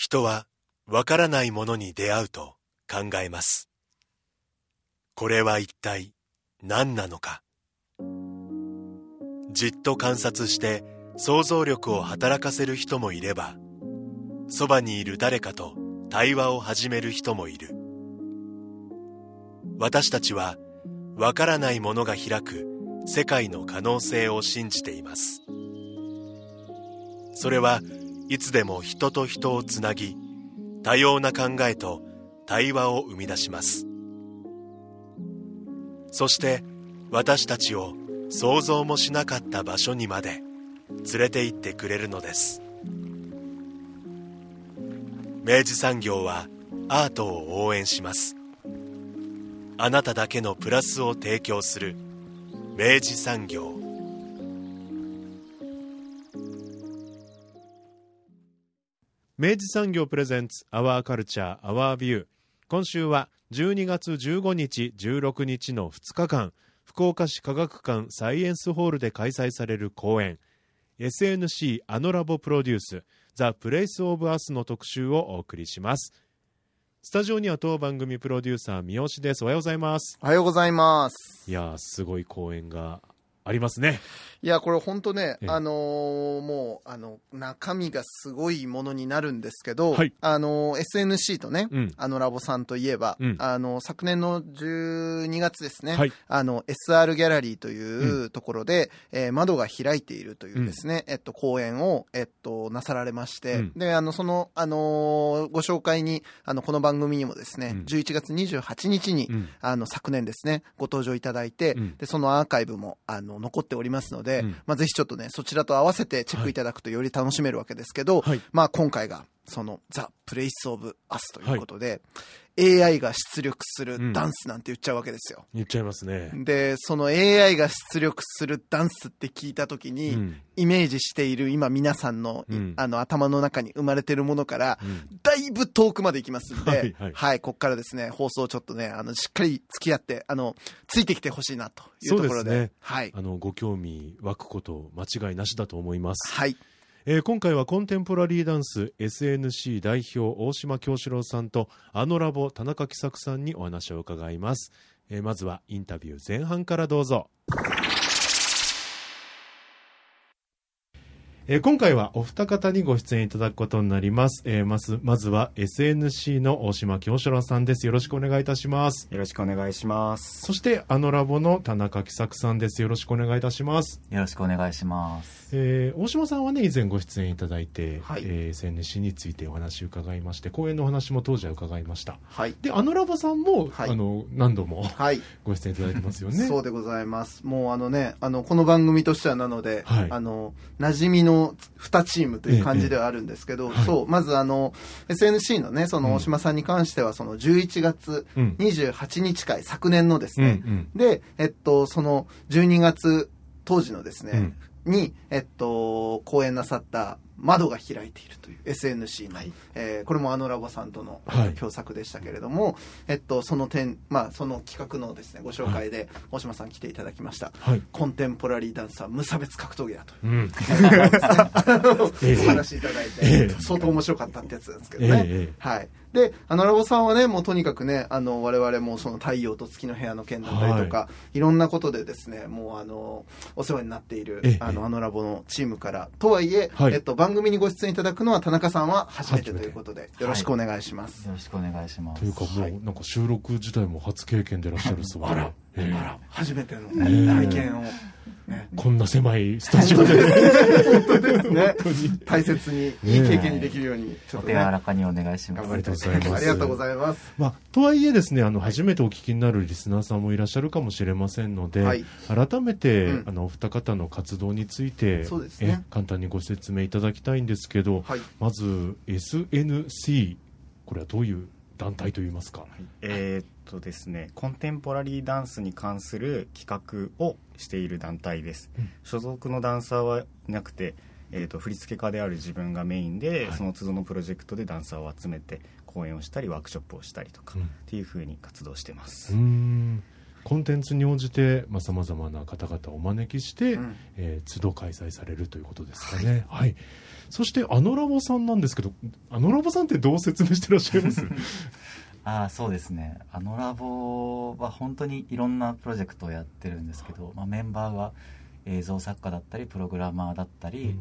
人はわからないものに出会うと考えます。これは一体何なのか。じっと観察して想像力を働かせる人もいれば、そばにいる誰かと対話を始める人もいる。私たちはわからないものが開く世界の可能性を信じています。それはいつでも人と人をつなぎ、多様な考えと対話を生み出します。そして私たちを想像もしなかった場所にまで連れて行ってくれるのです。明治産業はアートを応援します。あなただけのプラスを提供する明治産業。 明治産業プレゼンツアワーカルチャーアワービュー。今週は12月15日16日の2日間、福岡市科学館サイエンスホールで開催される講演 SNC アノラボプロデュースザ・プレイス・オブ・アスの特集をお送りします。スタジオには当番組プロデューサー三好です。おはようございます。 おはようございます。 いやすごい講演がありますね。 いやこれ本当ね、もう中身がすごいものになるんですけど、はい、SNC とね、ラボさんといえば、昨年の12月ですね、はい、SR ギャラリーというところで、窓が開いているというですね、講演を、なさられまして、でその、ご紹介にこの番組にもですね、11月28日に、昨年ですねご登場いただいて、でそのアーカイブも残っておりますので、ぜひちょっとねそちらと合わせてチェックいただくとより楽しめるわけですけど、はい、今回がそのザ・プレイス・オブ・アスということで、はい、AI が出力するダンスなんて言っちゃうわけですよ。 言っちゃいますね。 でその AI が出力するダンスって聞いた時に、イメージしている今皆さんの、頭の中に生まれているものから、だいぶ遠くまで行きますんで、はい、ここからですね放送ちょっとねしっかり付き合ってついてきてほしいなというところで、 そうですね、 はい、 ご興味湧くこと間違いなしだと思います。 はい。 今回はコンテンポラリーダンス SNC 代表大島京志郎さんとアノラボ田中喜作さんにお話を伺います。まずはインタビュー前半からどうぞ。今回はお二方にご出演いただくことになります。まずは SNC の大島京志郎さんです。よろしくお願いいたします。 よろしくお願いします。 そしてアノラボの田中喜作さんです。よろしくお願いいたします。 よろしくお願いします。 大島さんはね以前ご出演いただいて、はい、SNC についてお話を伺いまして、講演のお話も当時は伺いました。はい、でアノラボさんも、はい、何度も、はい、ご出演いただいてますよね。 そうでございます。もうこの番組としてはなので、はい、馴染みの2チームという感じではあるんですけど、そうまずSNC のねその大島さんに関してはその11月28日会、昨年のですね、でその12月当時のですね、に講演なさった窓が開いているという SNC の、はい、これもアノラボさんとの、共作でしたけれども、その点、その企画のですねご紹介で大島さん来ていただきました、はい、コンテンポラリーダンサー無差別格闘技だという、お話いただいて、相当面白かったってやつなんですけどね、はい。でアノラボさんはねもうとにかくね我々もその太陽と月の部屋の件だったりとか、いろんなことでですねもうお世話になっているアノラボのチームからとはいえ、番組にご出演いただくのは田中さんは初めてということでよろしくお願いします。 よろしくお願いします。 というかもうなんか収録自体も初経験でいらっしゃるそうで、 あら初めての体験を、 こんな狭いスタジオで本当ですね大切にいい経験にできるようにちょっと、 お手柔らかにお願いします。 頑張りたいと思います。ありがとうございます。 とはいえですね初めてお聞きになるリスナーさんもいらっしゃるかもしれませんので、改めて、お二方の活動について、簡単にご説明いただきたいんですけど、まず SNC これはどういう団体といいますか。 ですね、コンテンポラリーダンスに関する企画をしている団体です。所属のダンサーはいなくて、振付家である自分がメインで、その都度のプロジェクトでダンサーを集めて講演をしたりワークショップをしたりとか、っていう風に活動してます。 コンテンツに応じてさまざまな方々をお招きして、都度開催されるということですかね。はい、そしてアノラボさんなんですけど、アノラボさんってどう説明してらっしゃいますそうですね、アノラボは本当にいろんなプロジェクトをやってるんですけど、メンバーが映像作家だったりプログラマーだったり、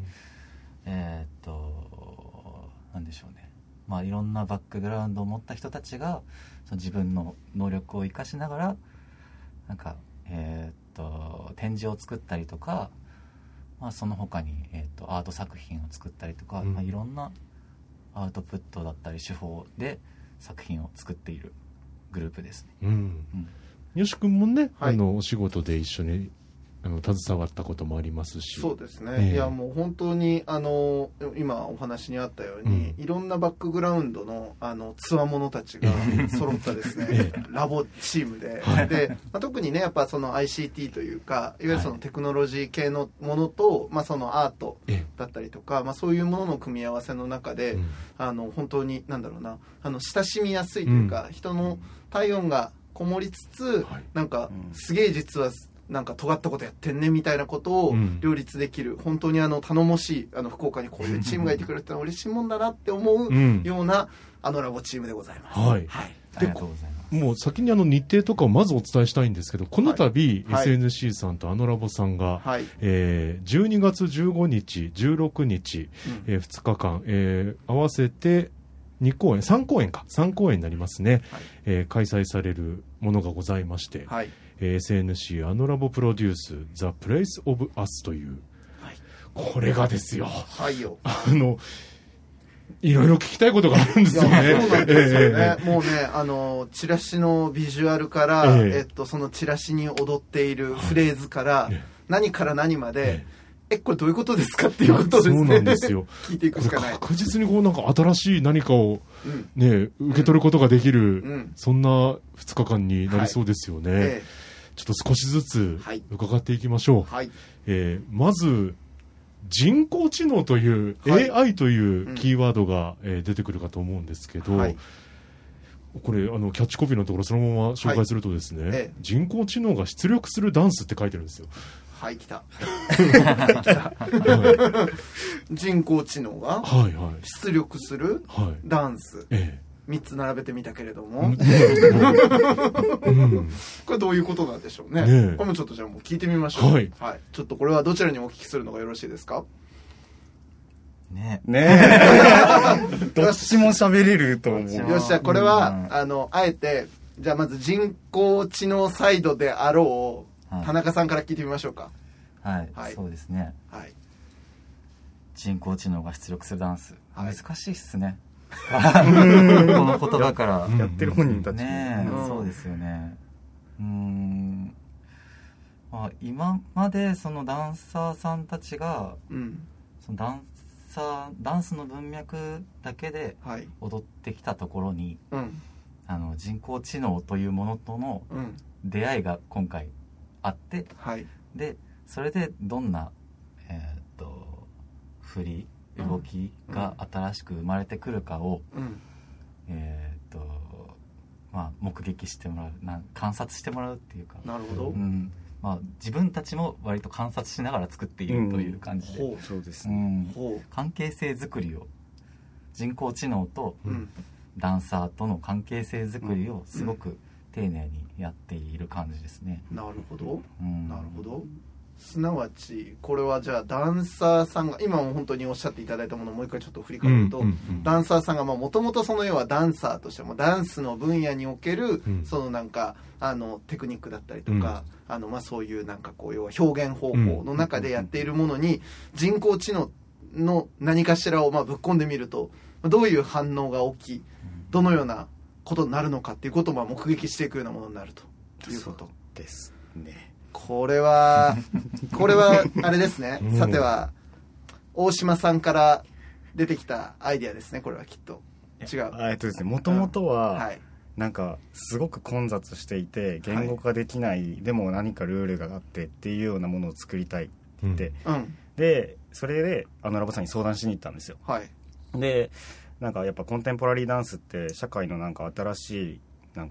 なんでしょうね、いろんなバックグラウンドを持った人たちがその自分の能力を生かしながらなんか、展示を作ったりとか、その他に、アート作品を作ったりとか、いろんなアウトプットだったり手法で作品を作っているグループですね。 よし君もね、お仕事で一緒に携わったこともありますし。 そうですね、いやもう本当に今お話にあったように、いろんなバックグラウンドのつわものたちが揃ったですね、ラボチームで、で、特にねやっぱその ICT というかいわゆるそのテクノロジー系のものと、そのアートだったりとか、そういうものの組み合わせの中で、本当になんだろうな、親しみやすいというか、人の体温がこもりつつ、なんかすげえ実はなんか尖ったことやってんねみたいなことを両立できる、本当に頼もしい福岡にこういうチームがいてくれたのは嬉しいもんだなって思うようなラボチームでございます。 はい、 ありがとうございます。 もう先に日程とかをまずお伝えしたいんですけど、この度、SNC さんとラボさんが、12月15日16日、2日間、合わせて3公演になりますね、開催されるものがございまして、SNC アノラボプロデュース The Place of Us という、これがですよ、いろいろ聞きたいことがあるんですよね。 そうなんですよね。もうね、チラシのビジュアルから、そのチラシに踊っているフレーズから、何から何まで、これどういうことですかっていうことですね。 そうなんですよ。 聞いていくしかない。 確実になんか新しい何かをね、受け取ることができる、そんな2日間になりそうですよね。ちょっと少しずつ伺っていきましょう。まず人工知能という、AI というキーワードが、出てくるかと思うんですけど、これキャッチコピーのところそのまま紹介するとですね、人工知能が出力するダンスって書いてるんですよ。 来た人工知能が出力するダンス、3つ並べてみたけれども、これどういうことなんでしょうね。これもちょっとじゃあもう聞いてみましょう。ちょっとこれはどちらにお聞きするのがよろしいですかねどっちも喋れると思う。 よし、じゃあこれはあえてじゃあまず人工知能サイドであろう田中さんから聞いてみましょうか。 そうですね。人工知能が出力するダンス、難しいっすね。この言葉からやってる本人たちね。そうですよね。今までそのダンサーさんたちが、そのダンスの文脈だけで踊ってきたところに、人工知能というものとの出会いが今回あって、でそれでどんな、振り動きが新しく生まれてくるかを、目撃してもらう、観察してもらうっていうか。 なるほど。 自分たちも割と観察しながら作っているという感じで、 そうですね。 関係性作りを、人工知能とダンサーとの関係性作りをすごく丁寧にやっている感じですね。 なるほど、なるほど。すなわちこれはじゃあダンサーさんが今も本当におっしゃっていただいたものをもう一回ちょっと振り返ると、ダンサーさんがもともとその要はダンサーとしてもダンスの分野における、そのなんかテクニックだったりとか、そういうなんかこう要は表現方法の中でやっているものに人工知能の何かしらをぶっ込んでみるとどういう反応が起き、どのようなことになるのかっていうことを目撃していくようなものになるということですね。 これはあれですね。さては大島さんから出てきたアイデアですね。これはきっと違う。 ですね。もともとはなんかすごく混雑していて言語化できない、でも何かルールがあってっていうようなものを作りたいって言って、でそれでラボさんに相談しに行ったんですよ。でなんかやっぱコンテンポラリーダンスって社会のなんか新しいなんか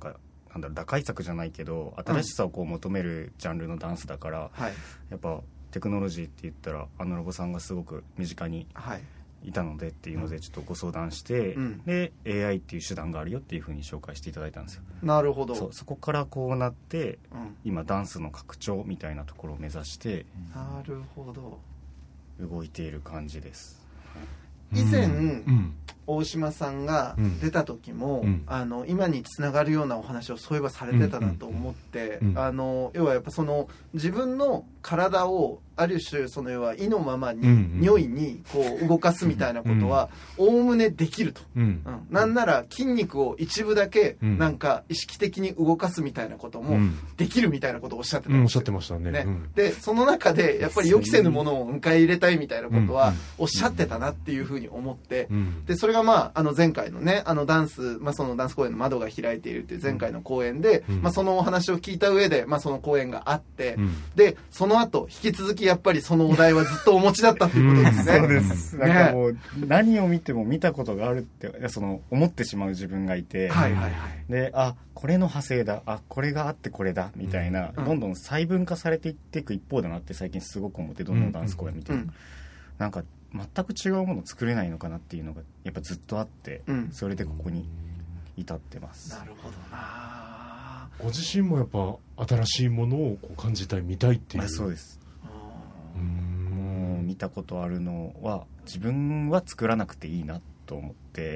なんだろう、打開策じゃないけど新しさをこう求めるジャンルのダンスだから、 はい、 やっぱテクノロジーって言ったらラボさんがすごく身近にいたのでっていうのでちょっとご相談して、で AI っていう手段があるよっていう風に紹介していただいたんですよ。 なるほど。 そこからこうなって、今ダンスの拡張みたいなところを目指して、 なるほど、 動いている感じです。 以前、大島さんが出た時も、今につながるようなお話をそういえばされてたなと思って、要はやっぱその自分の体をある種その要は意のままに如意にこう動かすみたいなことはおおむねできると、なんなら筋肉を一部だけなんか意識的に動かすみたいなこともできるみたいなことをおっしゃってたんですよ、 おっしゃってましたね。 でその中でやっぱり予期せぬものを迎え入れたいみたいなことはおっしゃってたなっていうふうに思って、でそれが前回のねダンス、そのダンス公演の窓が開いているっていう前回の公演で、そのお話を聞いた上で、その公演があって、でその後引き続きやっぱりそのお題はずっとお持ちだったっていうことですね。 そうです。なんかもう何を見ても見たことがあるって思ってしまう自分がいて、でこれの派生だ、これがあってこれだみたいな、どんどん細分化されていっていく一方だなって最近すごく思って、どんどんダンス公演見て、なんか全く違うものを作れないのかなっていうのがやっぱずっとあって、それでここに至ってます。 なるほどな。 ご自身もやっぱ新しいものをこう感じたい、見たいっていう。 そうです。もう見たことあるのは自分は作らなくていいなと思って、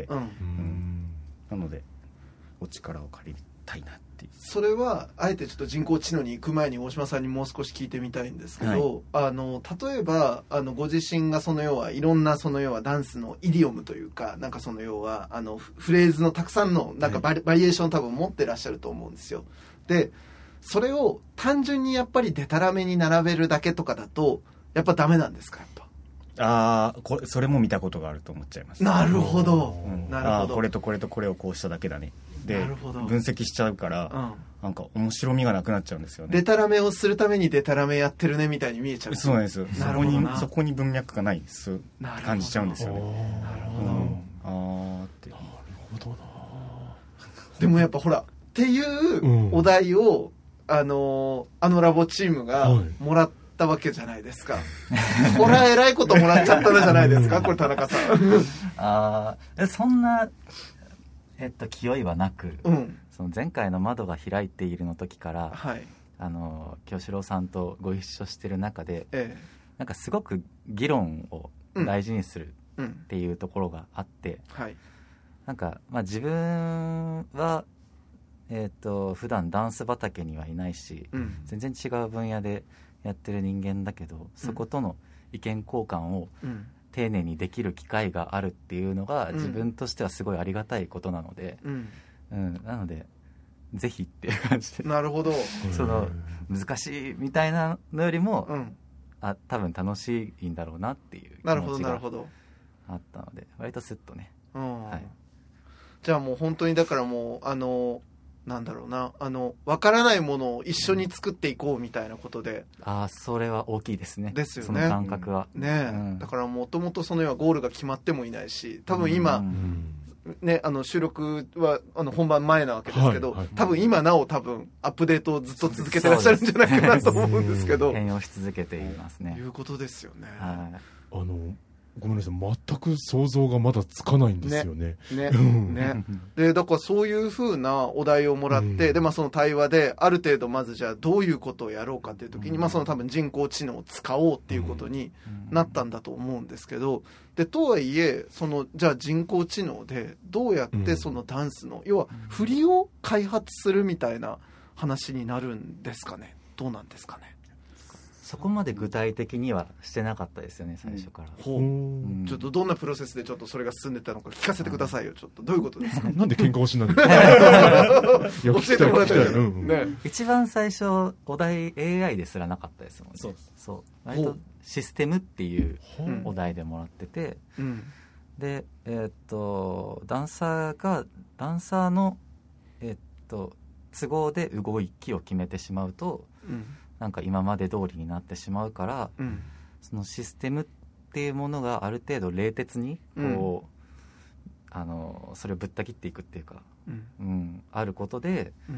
なのでお力を借りたいなっていう。 それはあえてちょっと人工知能に行く前に大島さんにもう少し聞いてみたいんですけど、例えばご自身がその要はいろんなその要はダンスのイディオムというか、なんかその要はフレーズのたくさんのなんかバリエーションを多分持ってらっしゃると思うんですよ。でそれを単純にやっぱりデタラメに並べるだけとかだとやっぱダメなんですか？やっぱそれも見たことがあると思っちゃいます。 なるほど、なるほど。 これとこれとこれをこうしただけだねで分析しちゃうから、なんか面白みがなくなっちゃうんですよね。 デタラメをするためにデタラメやってるねみたいに見えちゃう。 そうなんですよ。そこに文脈がないです感じちゃうんですよね。 なるほど。 なるほどな。 でもやっぱほらっていうお題をラボチームがもらったわけじゃないですか。これはえらいこともらっちゃったじゃないですか。これ田中さん。 そんな気負いはなく、その前回の窓が開いているの時から、京志郎さんとご一緒してる中で、なんかすごく議論を大事にするっていうところがあって、なんか自分は普段ダンス畑にはいないし、全然違う分野でやってる人間だけど、そことの意見交換を丁寧にできる機会があるっていうのが自分としてはすごいありがたいことなので、なのでぜひっていう感じで。 なるほど。 その難しいみたいなのよりも、多分楽しいんだろうなっていう気持ちがあったので、割とスッとね。 じゃあもう本当にだからもうなんだろうな、分からないものを一緒に作っていこうみたいなことで、 それは大きいですね。 ですよね。 その感覚は、 だからもともとそのようなゴールが決まってもいないし、多分今、収録は本番前なわけですけど、多分今なお多分アップデートをずっと続けてらっしゃるんじゃないかなと思うんですけど、 変容し続けていますね。 いうことですよね。 ごめんなさい、全く想像がまだつかないんですよね。でだからそういう風なお題をもらって、でその対話である程度まずじゃあどういうことをやろうかっていう時に、その多分人工知能を使おうっていうことになったんだと思うんですけど、でとはいえじゃあ人工知能でどうやってそのダンスの、要は振りを開発するみたいな話になるんですかね。どうなんですかね。 そこまで具体的にはしてなかったですよね、最初から。 ちょっとどんなプロセスでちょっとそれが進んでたのか聞かせてくださいよ。ちょっとどういうことですか。 なんで喧嘩をしないの。教えてもらいたい。 一番最初お題 AI ですらなかったですもんね。そう割とシステムっていうお題でもらってて、でダンサーの都合で動きを決めてしまうと、なんか今まで通りになってしまうから、そのシステムっていうものがある程度冷徹にこう、それをぶった切っていくっていうか、あることで、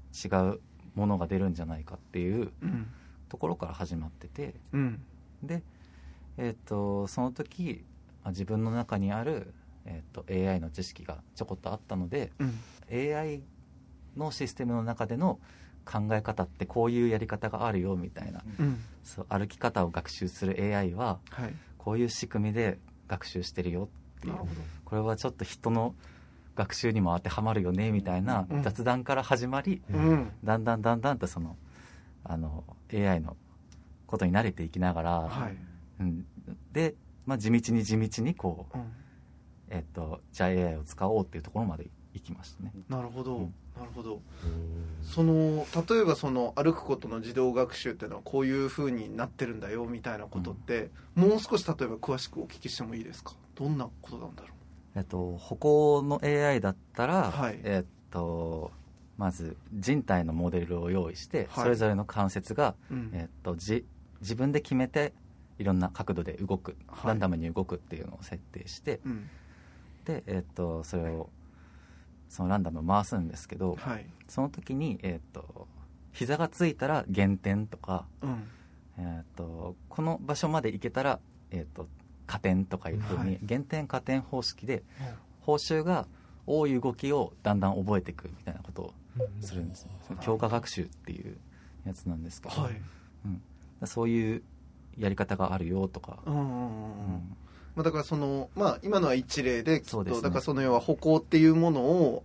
違うものが出るんじゃないかっていうところから始まってて、で、その時自分の中にある、AI の知識がちょこっとあったので、AI のシステムの中での考え方ってこういうやり方があるよみたいな、そう歩き方を学習する AI はこういう仕組みで学習してるよっていう、これはちょっと人の学習にも当てはまるよねみたいな雑談から始まり、だんだんとそのAI のことに慣れていきながら、で、地道にこう、じゃあ AI を使おうっていうところまで行きましたね。 なるほど、なるほど。例えばその歩くことの自動学習っていうのはこういう風になってるんだよみたいなことって、もう少し例えば詳しくお聞きしてもいいですか？どんなことなんだろう。 歩行の AI だったら、まず人体のモデルを用意して、それぞれの関節が、自分で決めていろんな角度で動く、ランダムに動くっていうのを設定して、で、それをそのランダムを回すんですけど、その時に、膝がついたら減点とか、この場所まで行けたら、加点とかいうふうに、減点加点方式で、報酬が多い動きをだんだん覚えていくみたいなことをするんです、強化学習っていうやつなんですけど、そういうやり方があるよとか、 だから今のは一例で、きっとだからその要は歩行っていうものを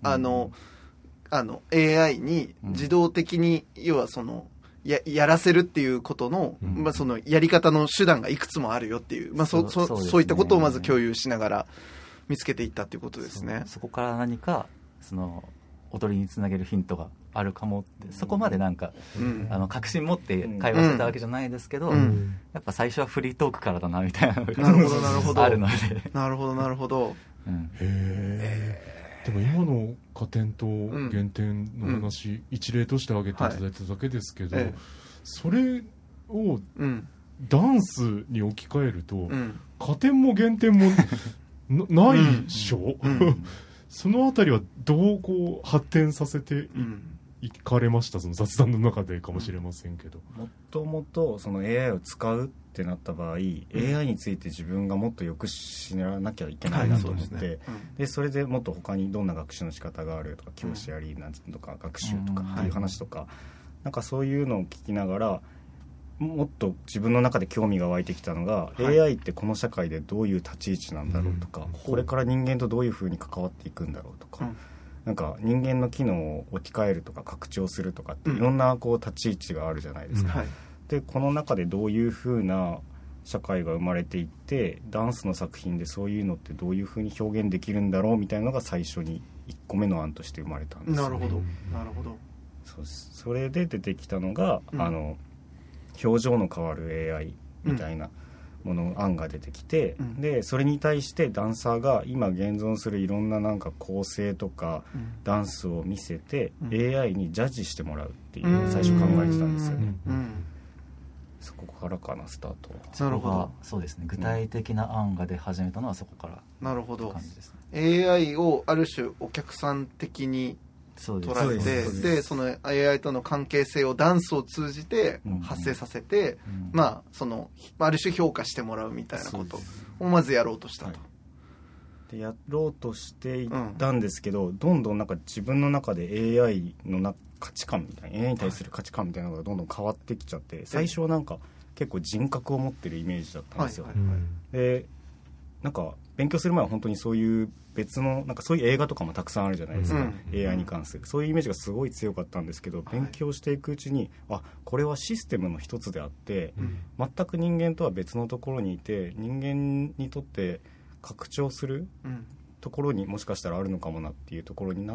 AI に自動的に要はやらせるっていうことの、そのやり方の手段がいくつもあるよっていう、そういったことをまず共有しながら見つけていったっていうことですね。 そこから何か踊りにつなげるヒントがあるかもって、そこまでなんか、確信持って会話してたわけじゃないですけど、やっぱ最初はフリートークからだなみたいなのがあるので。 なるほどなるほど。 でも今の加点と減点の話、一例として挙げていただいただけですけど、それをダンスに置き換えると、加点も減点もないでしょ。そのあたりはどうこう発展させていかれました？その雑談の中でかもしれませんけど。 もともとその AI を使うってなった場合、AI について自分がもっとよく知らなきゃいけないなと思って、でそれでもっと他にどんな学習の仕方があるとか、教師やりなんとか学習とかっていう話とか、なんかそういうのを聞きながら、もっと自分の中で興味が湧いてきたのが、AI ってこの社会でどういう立ち位置なんだろうとか、これから人間とどういうふうに関わっていくんだろうとか、なんか人間の機能を置き換えるとか拡張するとかっていろんなこう立ち位置があるじゃないですか。でこの中でどういうふうな社会が生まれていって、ダンスの作品でそういうのってどういうふうに表現できるんだろうみたいなのが最初に1個目の案として生まれたんですよね。 なるほどなるほど。 それで出てきたのが、表情の変わる AI みたいなもの、案が出てきて、でそれに対してダンサーが今現存するいろんななんか構成とか、ダンスを見せて、AI にジャッジしてもらうっていうのを最初考えてたんですよね。そこからかな、スタートは。 なるほど。 そうですね、具体的な案が出始めたのはそこからって感じですね。AI をある種お客さん的に捉えて、でその AI との関係性をダンスを通じて発生させて、ある種評価してもらうみたいなことをまずやろうとしたと。 でやろうとしていったんですけど、どんどんなんか自分の中で AI の価値観みたいな、AI に対する価値観みたいなのがどんどん変わってきちゃって、最初はなんか結構人格を持ってるイメージだったんですよ。でなんか勉強する前は本当にそういう別のなんかそういう映画とかもたくさんあるじゃないですか、AI に関するそういうイメージがすごい強かったんですけど、勉強していくうちにこれはシステムの一つであって、全く人間とは別のところにいて、人間にとって拡張するところにもしかしたらあるのかもなっていうところになって、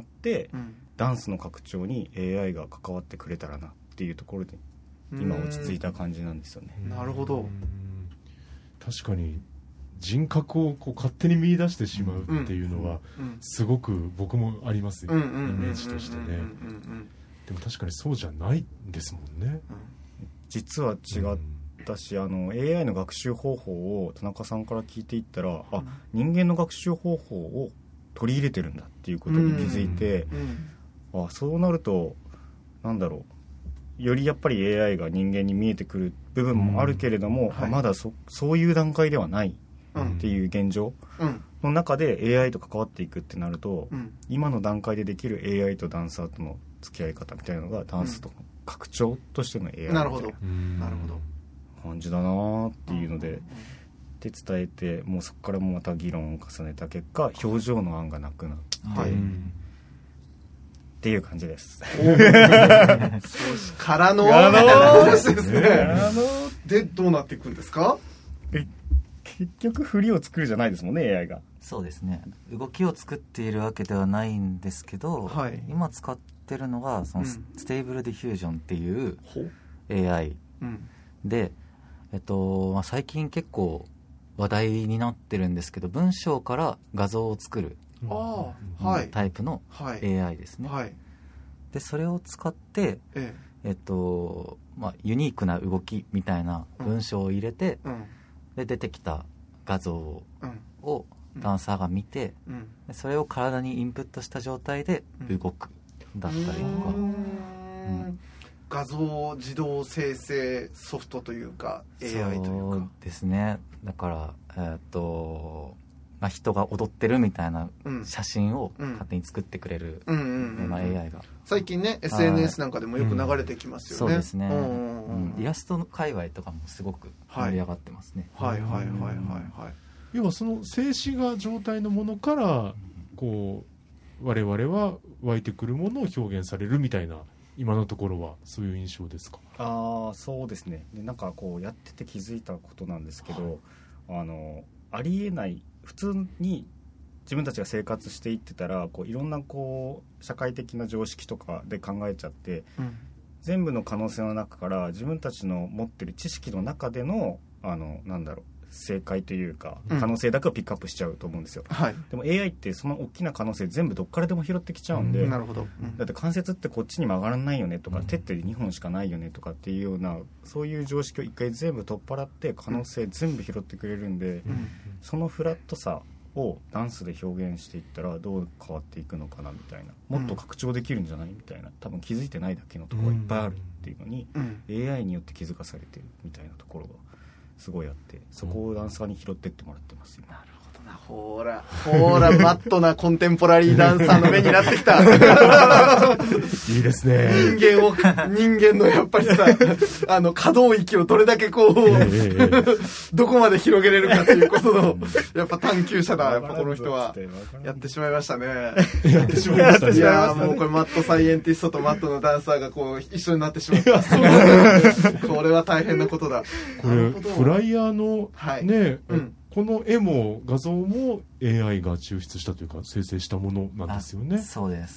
ダンスの拡張に AI が関わってくれたらなっていうところで今落ち着いた感じなんですよね。 なるほど。 確かに人格をこう勝手に見出してしまうっていうのはすごく僕もありますよ、イメージとしてね。でも確かにそうじゃないんですもんね。 実は違ったし、AI の学習方法を田中さんから聞いていったら、人間の学習方法を取り入れてるんだっていうことに気づいて、そうなるとなんだろう、よりやっぱり AI が人間に見えてくる部分もあるけれども、まだそういう段階ではないっていう現状の中で AI と関わっていくってなると、今の段階でできる AI とダンサーとの付き合い方みたいなのがダンスと拡張としての AI みたいな感じだなっていうので、で伝えて、もうそこからもまた議論を重ねた結果、表情の案がなくなって、っていう感じです。 からのですね。でどうなっていくんですか？ 結局振りを作るじゃないですもんね、 AI が。 そうですね、動きを作っているわけではないんですけど、今使ってるのがそのステーブルディフュージョンっていう AI で、最近結構話題になってるんですけど、文章から画像を作るタイプの AI ですね。でそれを使って、ユニークな動きみたいな文章を入れて、で出てきた画像をダンサーが見て、でそれを体にインプットした状態で動くだったりとか、 画像自動生成ソフトというか AI というか。 そうですね。だから人が踊ってるみたいな写真を勝手に作ってくれる AI が最近ね SNS なんかでもよく流れてきますよね。 そうですね。イラストの界隈とかもすごく盛り上がってますね。 要はその静止画状態のものからこう我々は湧いてくるものを表現されるみたいな、今のところはそういう印象ですか？ そうですね。でなんかこうやってて気づいたことなんですけど、ありえない、普通に自分たちが生活していってたらいろんな社会的な常識とかで考えちゃって、全部の可能性の中から自分たちの持ってる知識の中での正解というか可能性だけをピックアップしちゃうと思うんですよ。でも AI ってその大きな可能性全部どっからでも拾ってきちゃうんで、だって関節ってこっちに曲がらないよねとか、手って2本しかないよねとかっていうような、そういう常識を一回全部取っ払って可能性全部拾ってくれるんで、そのフラットさをダンスで表現していったらどう変わっていくのかなみたいな、もっと拡張できるんじゃないみたいな、多分気づいてないだけのところがいっぱいあるっていうのに、AI によって気づかされてるみたいなところがすごいあって、そこをダンサーに拾ってってもらってますよ。 なるほどな。ほらマットなコンテンポラリーダンサーの目になってきた。 いいですね。 人間のやっぱりさ可動域をどれだけどこまで広げれるかということのやっぱ探求者だ。やっぱこの人はやってしまいましたね。いやもうこれマットサイエンティストとマットのダンサーが一緒になってしまった。これは大変なことだ。 これフライヤーのね、この絵も画像も AI が抽出したというか生成したものなんですよね。 そうです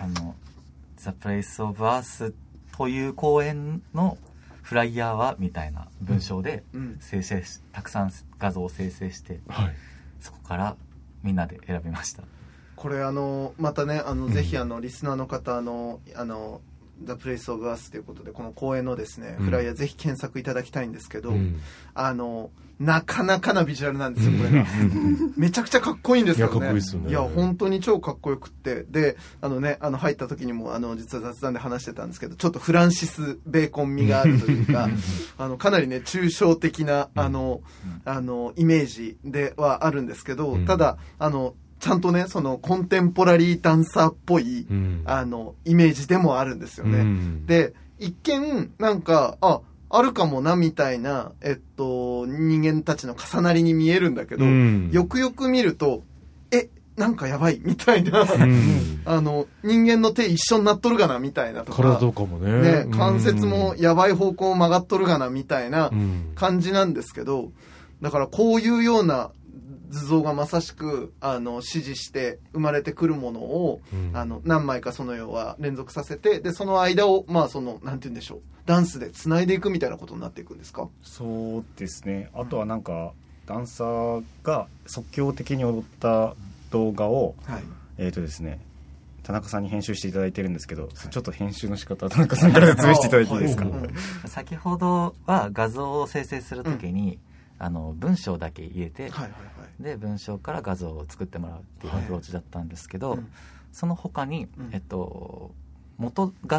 。The Place of Earth という公演のフライヤーはみたいな文章でたくさん画像を生成して、そこからみんなで選びました。 これまたねぜひリスナーの方The Place of Earth ということでこの公演のですね、フライヤーぜひ検索いただきたいんですけど、なかなかなビジュアルなんですよこれが。めちゃくちゃかっこいいんですけどね。いや本当に超かっこよくって、で入った時にも実は雑談で話してたんですけど、ちょっとフランシス・ベーコン味があるというかかなりね抽象的なイメージではあるんですけど、ただちゃんとねそのコンテンポラリーダンサーっぽい、イメージでもあるんですよね。で一見なんかあるかもなみたいな、人間たちの重なりに見えるんだけど、よくよく見るとなんかやばいみたいな人間の手一緒になっとるがなみたいなとか、 体とかもね、 関節もやばい方向曲がっとるがなみたいな感じなんですけど、だからこういうような図像がまさしく指示して生まれてくるものを、何枚かその要は連続させて、でその間をなんて言うんでしょう、ダンスでつないでいくみたいなことになっていくんですか？ そうですね。あとはなんかダンサーが即興的に踊った動画を、ですね、田中さんに編集していただいてるんですけど、ちょっと編集の仕方田中さんから説明していただいていいですか？ 先ほどは画像を生成するときに、文章だけ入れて、で文章から画像を作ってもらうっていうアプローチだったんですけど、その他に、元画像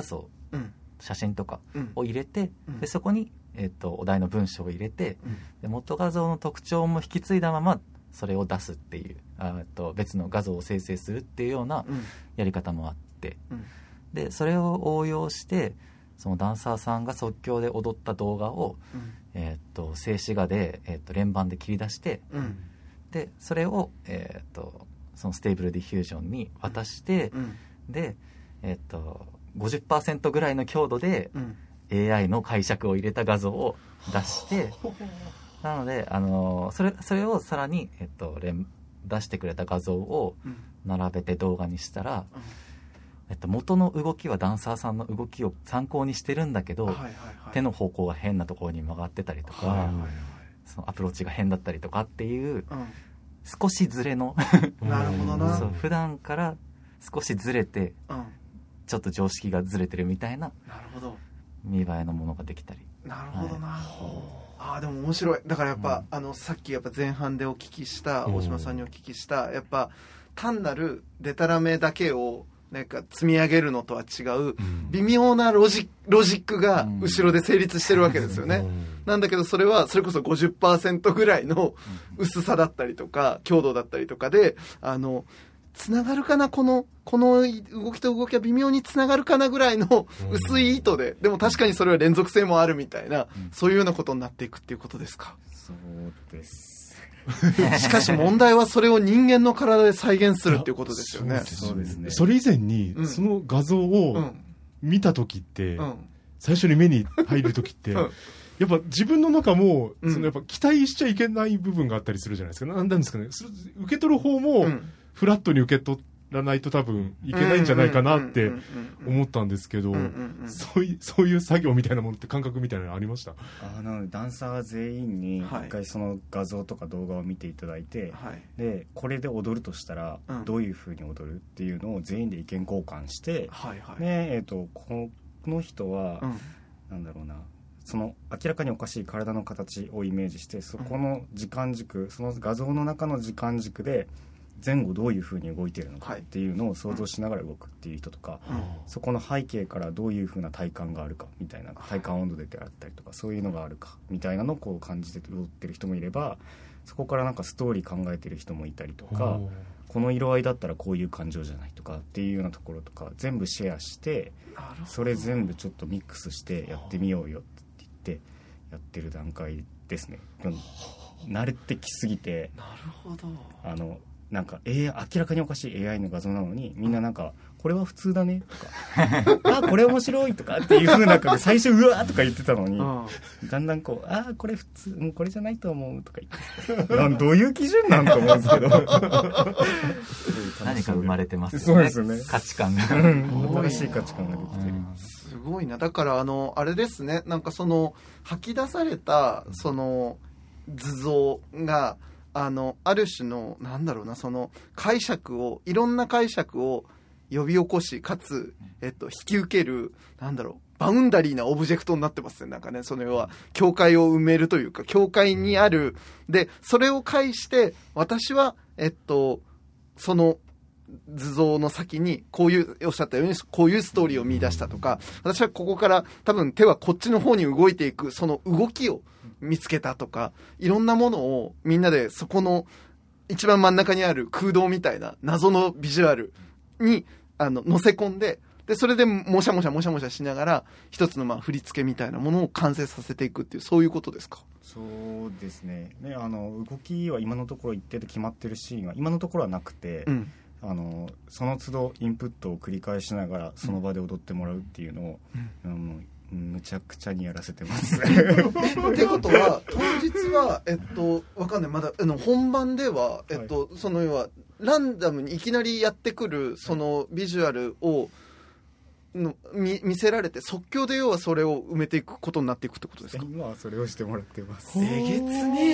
写真とかを入れて、でそこに、お題の文章を入れて、で元画像の特徴も引き継いだままそれを出すっていう別の画像を生成するっていうようなやり方もあって、でそれを応用してそのダンサーさんが即興で踊った動画を、静止画で、連番で切り出して、でそれを、そのステーブルディフュージョンに渡して、で、50% ぐらいの強度で、AI の解釈を入れた画像を出して、なので、それをさらに、出してくれた画像を並べて動画にしたら、元の動きはダンサーさんの動きを参考にしてるんだけど、手の方向が変なところに曲がってたりとか、そのアプローチが変だったりとかっていう、少しずれのなるほどな。 そう普段から少しずれて、ちょっと常識がずれてるみたいな見栄えのものができたり。 なるほどな、でも面白い。だからやっぱ、さっきやっぱ前半でお聞きした大島さんにお聞きしたやっぱ単なるデタラメだけをなんか積み上げるのとは違う微妙なロジックが後ろで成立してるわけですよね。なんだけどそれはそれこそ 50% ぐらいの薄さだったりとか強度だったりとかでつながるかな、この動きと動きが微妙につながるかなぐらいの薄い糸で、でも確かにそれは連続性もあるみたいな、そういうようなことになっていくっていうことですか。 そうですしかし問題はそれを人間の体で再現するっていうことですよね。 そうですね。 それ以前に、その画像を見た時って、最初に目に入る時って、やっぱ自分の中も、やっぱ期待しちゃいけない部分があったりするじゃないですか。なんですかね。受け取る方も、フラットに受け取らないと多分いけないんじゃないかなって思ったんですけど、そういう作業みたいなものって感覚みたいなのありました？ なのでダンサー全員に一回その画像とか動画を見ていただいて、でこれで踊るとしたらどういう風に踊るっていうのを全員で意見交換して、でこの人は、なんだろうな、その明らかにおかしい体の形をイメージして、そこの時間軸、その画像の中の時間軸で前後どういう風に動いているのかっていうのを想像しながら動くっていう人とか、そこの背景からどういう風な体感があるかみたいな、体感温度であったりとかそういうのがあるかみたいなのをこう感じて踊ってる人もいれば、そこからなんかストーリー考えてる人もいたりとか、この色合いだったらこういう感情じゃないとかっていうようなところとか全部シェアして、それ全部ちょっとミックスしてやってみようよって言ってやってる段階ですね。慣れてきすぎて、 なるほど、 なんか明らかにおかしい AI の画像なのにみんななんかこれは普通だねとかこれ面白いとかっていう風な最初うわーとか言ってたのに、だんだんこうこれ普通、もうこれじゃないと思うとか言ってどういう基準なんと思うんですけど何か生まれてますよね。 そうですね、 価値観が新しい価値観ができてる。 すごいな。だからあれですね、なんかその吐き出されたその図像がある種のなんだろうな、その解釈を、いろんな解釈を呼び起こし、かつ、引き受ける、なんだろう、バウンダリーなオブジェクトになってますね。なんかね、その要は境界を埋めるというか、境界にある。でそれを介して私はその図像の先にこういうおっしゃったようにこういうストーリーを見出したとか、私はここから多分手はこっちの方に動いていく、その動きを見つけたとか、いろんなものをみんなでそこの一番真ん中にある空洞みたいな謎のビジュアルに乗せ込んで、でそれでもしゃもしゃしながら一つの振り付けみたいなものを完成させていくっていう、そういうことですか？ そうですね。動きは今のところ一定で決まってるシーンは今のところはなくて、その都度インプットを繰り返しながらその場で踊ってもらうっていうのを、むちゃくちゃにやらせてますってことは当日はわかんない、まだ本番ではその要はランダムにいきなりやってくるそのビジュアルを見せられて、即興で要はそれを埋めていくことになっていくってことですか？ 今はそれをしてもらってます。 えげつ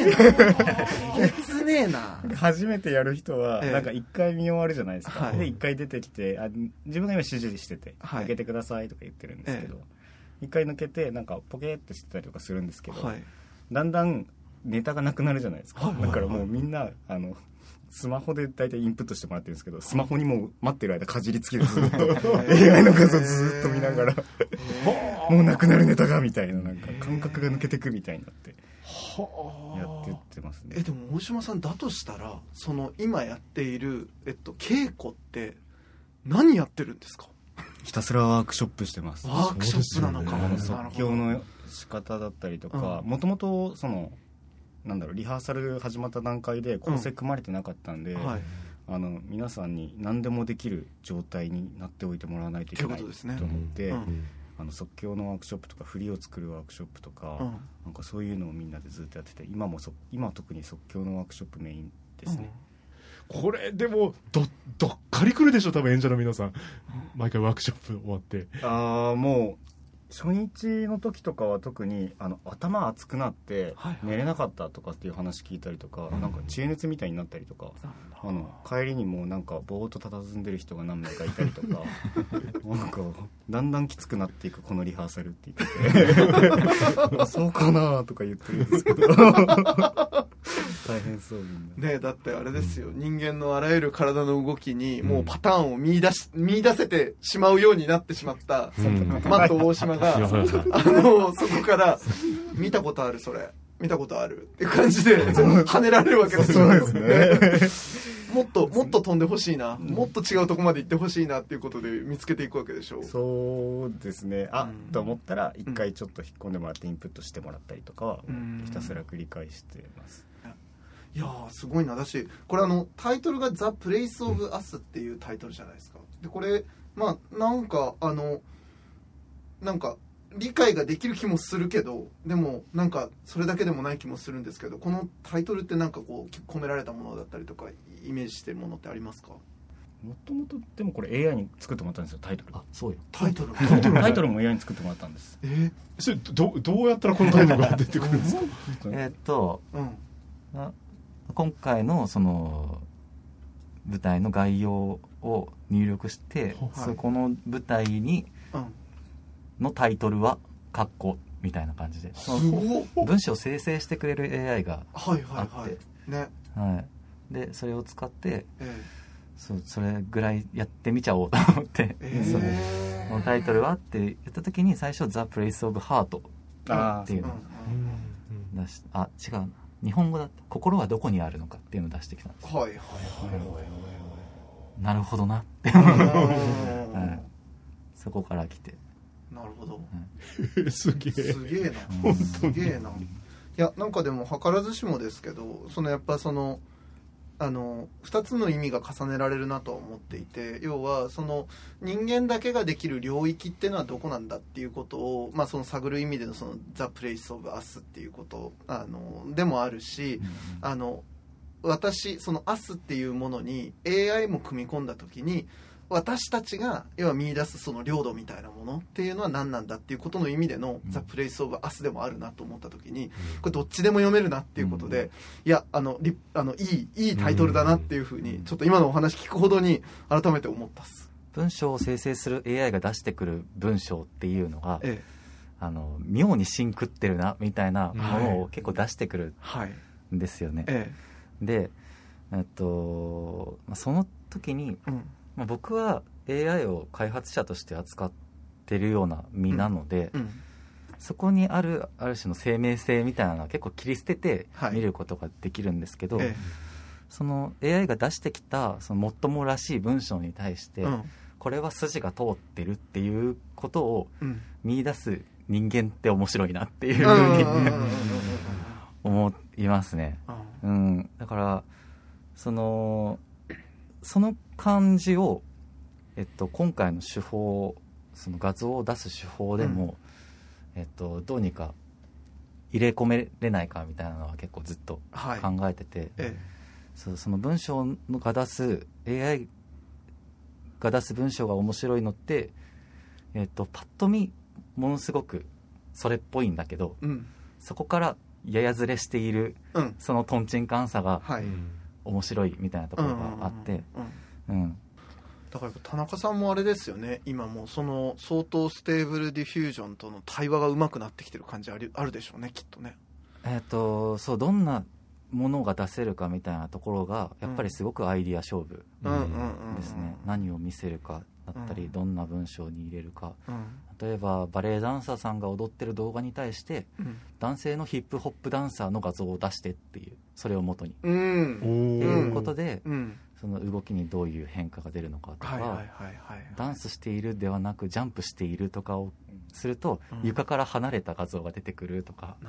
ねえな初めてやる人はなんか一回見終わるじゃないですか、で一回出てきて自分が今指示してて、抜けてくださいとか言ってるんですけど、一回抜けてなんかポケーってしてたりとかするんですけど、だんだんネタがなくなるじゃないですか、だからもうみんなスマホで大体インプットしてもらってるんですけど、スマホにもう待ってる間かじりつきでずっとAI の画像ずっと見ながらもうなくなるネタがみたいな、なんか感覚が抜けてくみたいになってやってってますね。 でも大島さんだとしたら、その今やっている、稽古って何やってるんですか？ ひたすらワークショップしてます。 ワークショップなのか。 即興の仕方だったりとか、もともとそのなんだろう、リハーサル始まった段階で構成組まれてなかったんで、皆さんに何でもできる状態になっておいてもらわないといけないと思って、即興のワークショップとか振りを作るワークショップとか、なんかそういうのをみんなでずっとやってて、今特に即興のワークショップメインですね。 これでもどっかり来るでしょ多分演者の皆さん、毎回ワークショップ終わって。 もう初日の時とかは特に頭熱くなって寝れなかったとかっていう話聞いたりとか、なんか知恵熱みたいになったりとか、帰りにもなんかぼーっと佇んでる人が何名かいたりとかなんかだんだんきつくなっていくこのリハーサルって言っててそうかなとか言ってるんですけど大変そうみんなね。だってあれですよ、人間のあらゆる体の動きにもうパターンを見出せてしまうようになってしまった、マット大島がそこから見たことある、それ見たことあるっていう感じで跳ねられるわけですよ。 そうですねもっと飛んでほしいな、もっと違うとこまで行ってほしいなっていうことで見つけていくわけでしょう。 そうですね。と思ったら一回ちょっと引っ込んでもらってインプットしてもらったりとかはひたすら繰り返してます。 いやーすごいな。だしこれタイトルがThe Place of Us っていうタイトルじゃないですか。でこれなんか理解ができる気もするけど、でもなんかそれだけでもない気もするんですけど、このタイトルってなんかこう込められたものだったりとかイメージしてるものってありますか？ もともとでもこれ AI に作ってもらったんですよ、タイトル。 そうよ。 タイトルタイトルも AI に作ってもらったんです。 それどうやったらこのタイトルが出てくるんですか？ 今回のその舞台の概要を入力して、そこの舞台にのタイトルはカッコみたいな感じで、文章を生成してくれる AI があって、でそれを使って、それぐらいやってみちゃおうと思って、そのタイトルはって言った時に最初 The Place of Heart っていうのを出し、違うな、日本語だった心はどこにあるのかっていうのを出してきたんです。なるほどなってそこから来て、 なるほど、 すげえな。いやなんかでも図らずしもですけど、やっぱ2つの意味が重ねられるなと思っていて、要は人間だけができる領域っていうのはどこなんだっていうことを、探る意味でのThe Place of Us っていうことでもあるし、私Us っていうものに AI も組み込んだ時に、私たちが要は見出すその領土みたいなものっていうのは何なんだっていうことの意味での The Place of Us でもあるなと思った時に、これどっちでも読めるなっていうことで、いやいいタイトルだなっていうふうにちょっと今のお話聞くほどに改めて思ったっす。 文章を生成する AI が出してくる文章っていうのが、妙にシンクってるなみたいなものを結構出してくるんですよね。でその時に、僕は AI を開発者として扱ってるような身なので、そこにある種の生命性みたいなのは結構切り捨てて見ることができるんですけど、その AI が出してきたそのもっともらしい文章に対して、これは筋が通ってるっていうことを見出す人間って面白いなっていうふうに思いますね。だからその感じを、今回の手法、その画像を出す手法でも、どうにか入れ込めれないかみたいなのは結構ずっと考えてて、その文章が出す AI が出す文章が面白いのって、パッと見ものすごくそれっぽいんだけど、そこからややずれしている、そのトンチンカンさが面白いみたいなところがあって、 だから田中さんもあれですよね、今もう相当ステーブルディフュージョンとの対話が上手くなってきてる感じあるでしょうね、きっとね。 そう、どんなものが出せるかみたいなところがやっぱりすごくアイディア勝負ですね。何を見せるかだったり、どんな文章に入れるか、例えばバレエダンサーさんが踊ってる動画に対して、男性のヒップホップダンサーの画像を出してっていう、それを元に、っていうことで、その動きにどういう変化が出るのかとか、ダンスしているではなくジャンプしているとかをすると、床から離れた画像が出てくるとか。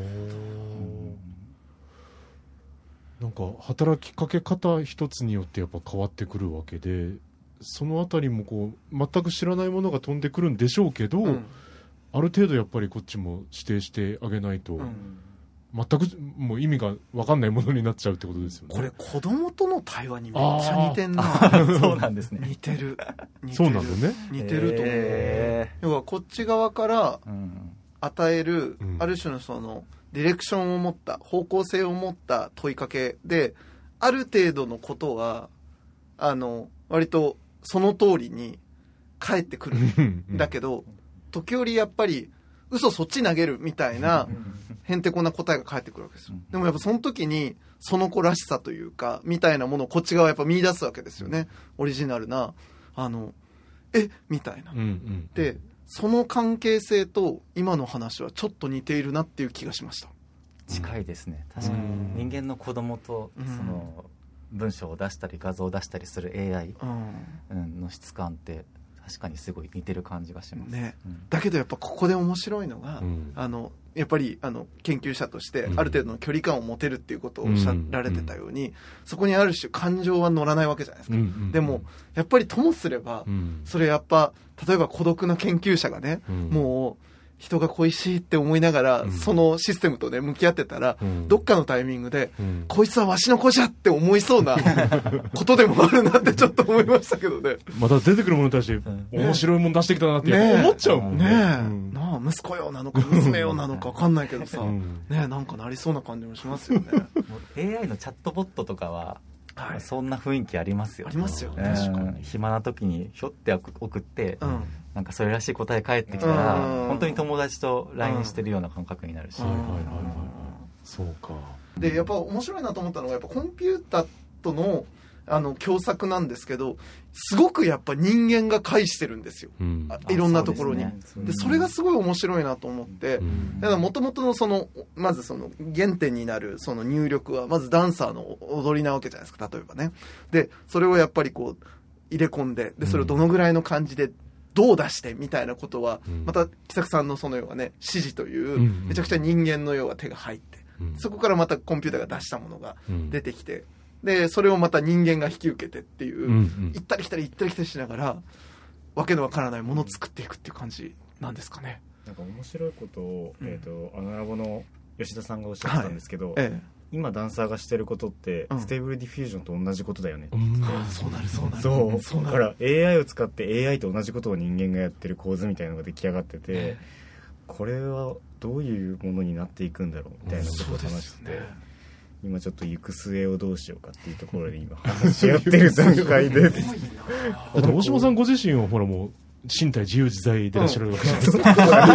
なんか働きかけ方一つによってやっぱ変わってくるわけで、そのあたりもこう全く知らないものが飛んでくるんでしょうけど、ある程度やっぱりこっちも指定してあげないと、全くもう意味が分かんないものになっちゃうってことですよね。 これ子供との対話にめっちゃ似てんな。 そうなんですね。 似てるそうなんだね。 似てると思う。要はこっち側から与える、ある種のそのディレクションを持った方向性を持った問いかけで、ある程度のことは割とその通りに返ってくるんだけど、時折やっぱり嘘そっち投げるみたいなへんてこな答えが返ってくるわけですよ。でもやっぱその時にその子らしさというかみたいなものをこっち側やっぱ見出すわけですよね。オリジナルなみたいな、でその関係性と今の話はちょっと似ているなっていう気がしました。 近いですね。確かに人間の子供とその文章を出したり画像を出したりする AI の質感って確かにすごい似てる感じがします、ね。 だけどやっぱここで面白いのが、やっぱり研究者としてある程度の距離感を持てるっていうことをおっしゃられてたように、そこにある種感情は乗らないわけじゃないですか。でもやっぱりともすれば、それやっぱ例えば孤独な研究者がね、もう人が恋しいって思いながら、そのシステムとね向き合ってたら、どっかのタイミングで、こいつはわしの子じゃって思いそうなことでもあるなってちょっと思いましたけどね。 また出てくるものに対して面白いもの出してきたなって思っちゃうもんね。 なあ息子よなのか娘よなのか分かんないけどさ、なんかなりそうな感じもしますよね。 AI のチャットボットとかはそんな雰囲気ありますよね。 ありますよね。確かに暇な時にひょって送って、なんかそれらしい答え返ってきたら、本当に友達と LINE してるような感覚になるし。 そうか。 でやっぱ面白いなと思ったのが、やっぱコンピューターとの共作なんですけど、すごくやっぱ人間が介してるんですよ、いろんなところに。でそれがすごい面白いなと思って、だから元々のそのまずその原点になるその入力はまずダンサーの踊りなわけじゃないですか、例えばね。でそれをやっぱりこう入れ込んで、でそれをどのぐらいの感じでどう出してみたいなことは、また喜作さんのその要はね指示というめちゃくちゃ人間の要は手が入って、そこからまたコンピューターが出したものが出てきて、でそれをまた人間が引き受けてっていう、行ったり来たり行ったり来たりしながらわけのわからないものを作っていくっていう感じなんですかね。 なんか面白いことを、ラボの吉田さんがおっしゃってたんですけど、今ダンサーがしてることって、ステーブルディフュージョンと同じことだよねって。 そうなるそうなる。 そうだから AI を使って AI と同じことを人間がやってる構図みたいなのが出来上がってて、これはどういうものになっていくんだろうみたいなことを話してて、今ちょっと行く末をどうしようかっていうところで今話し合ってる段階です。 大島さんご自身はほらもう身体自由自在でいらっしゃるわけじゃないですか。